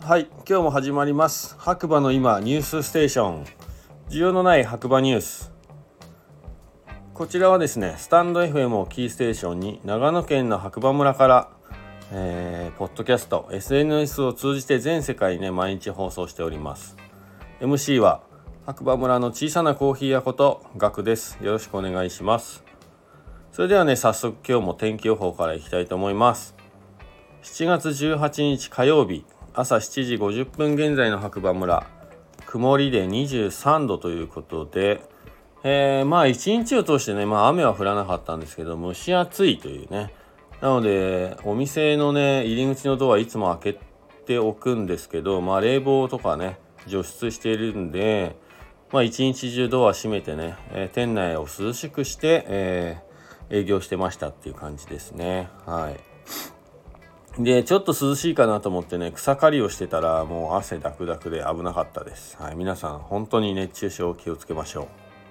はい、今日も始まります。白馬の今ニュースステーション、需要のない白馬ニュース。こちらはですね、スタンド FM をキーステーションに長野県の白馬村から、ポッドキャスト SNS を通じて全世界にね毎日放送しております。 MC は白馬村の小さなコーヒー屋ことガクです。よろしくお願いします。それではね、早速今日も天気予報からいきたいと思います。7月18日火曜日朝7時50分現在の白馬村、曇りで23度ということで、一日を通してね、雨は降らなかったんですけど蒸し暑いというね。なのでお店のね入り口のドアいつも開けておくんですけど、冷房とかね除湿しているんで、一日中ドア閉めてね、店内を涼しくして、営業してましたっていう感じですね。はい。でちょっと涼しいかなと思ってね草刈りをしてたらもう汗ダクダクで危なかったです。はい、皆さん本当に熱中症を気をつけましょう。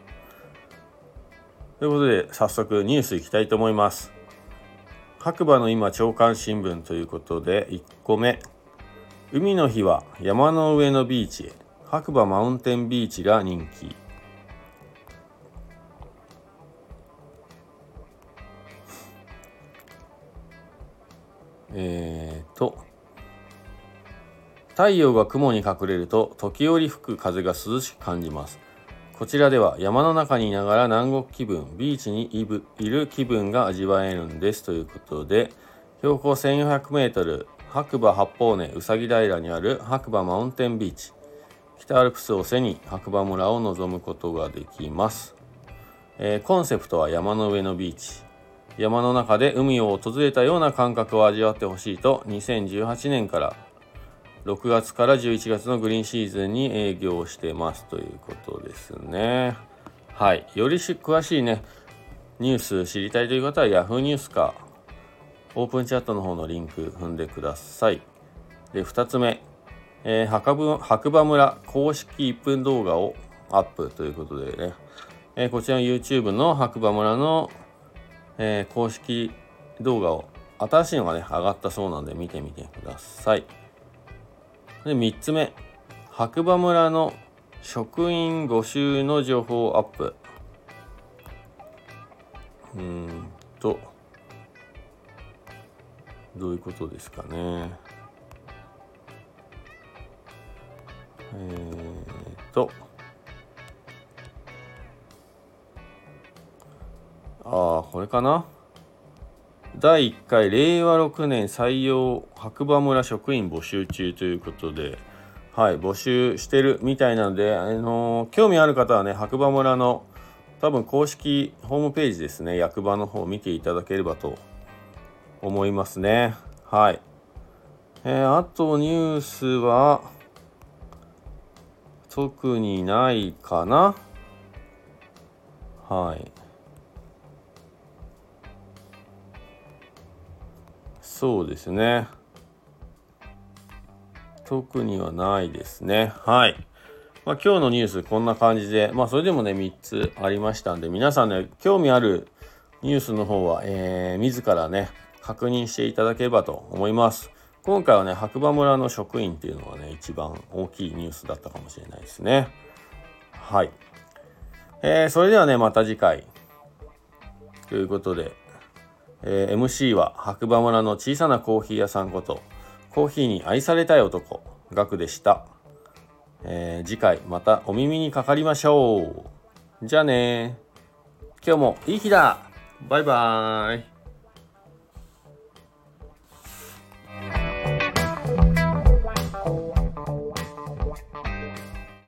ということで早速ニュースいきたいと思います。白馬の今朝刊新聞ということで、1個目、海の日は山の上のビーチへ、白馬マウンテンビーチが人気。太陽が雲に隠れると時折吹く風が涼しく感じます。こちらでは山の中にいながら南国気分、ビーチにいる気分が味わえるんですということで、標高1400メートル、白馬八方根うさぎ平にある白馬マウンテンビーチ、北アルプスを背に白馬村を望むことができます。コンセプトは山の上のビーチ、山の中で海を訪れたような感覚を味わってほしいと、2018年から6月から11月のグリーンシーズンに営業してますということですね。はい。より詳しいねニュース知りたいという方は Yahoo ニュースかオープンチャットの方のリンク踏んでください。で2つ目、白馬村公式1分動画をアップということでね、こちらの YouTube の白馬村の、公式動画を新しいのがね上がったそうなんで見てみてください。で3つ目、白馬村の職員募集の情報アップ。どういうことですかね。これかな。第1回令和6年採用白馬村職員募集中ということで、はい、募集してるみたいなので、興味ある方はね白馬村の多分公式ホームページですね、役場の方を見ていただければと思いますね。はい。あとニュースは特にないかな。はい。そうですね。特にはないですね。はい。今日のニュースこんな感じで、それでもね3つありましたんで、皆さんね興味あるニュースの方は、自らね確認していただければと思います。今回はね白馬村の職員っていうのがね一番大きいニュースだったかもしれないですね。はい。それではねまた次回ということで、MC は白馬村の小さなコーヒー屋さんことコーヒーに愛されたい男ガクでした。次回またお耳にかかりましょう。じゃあね。今日もいい日だ。バイバーイ。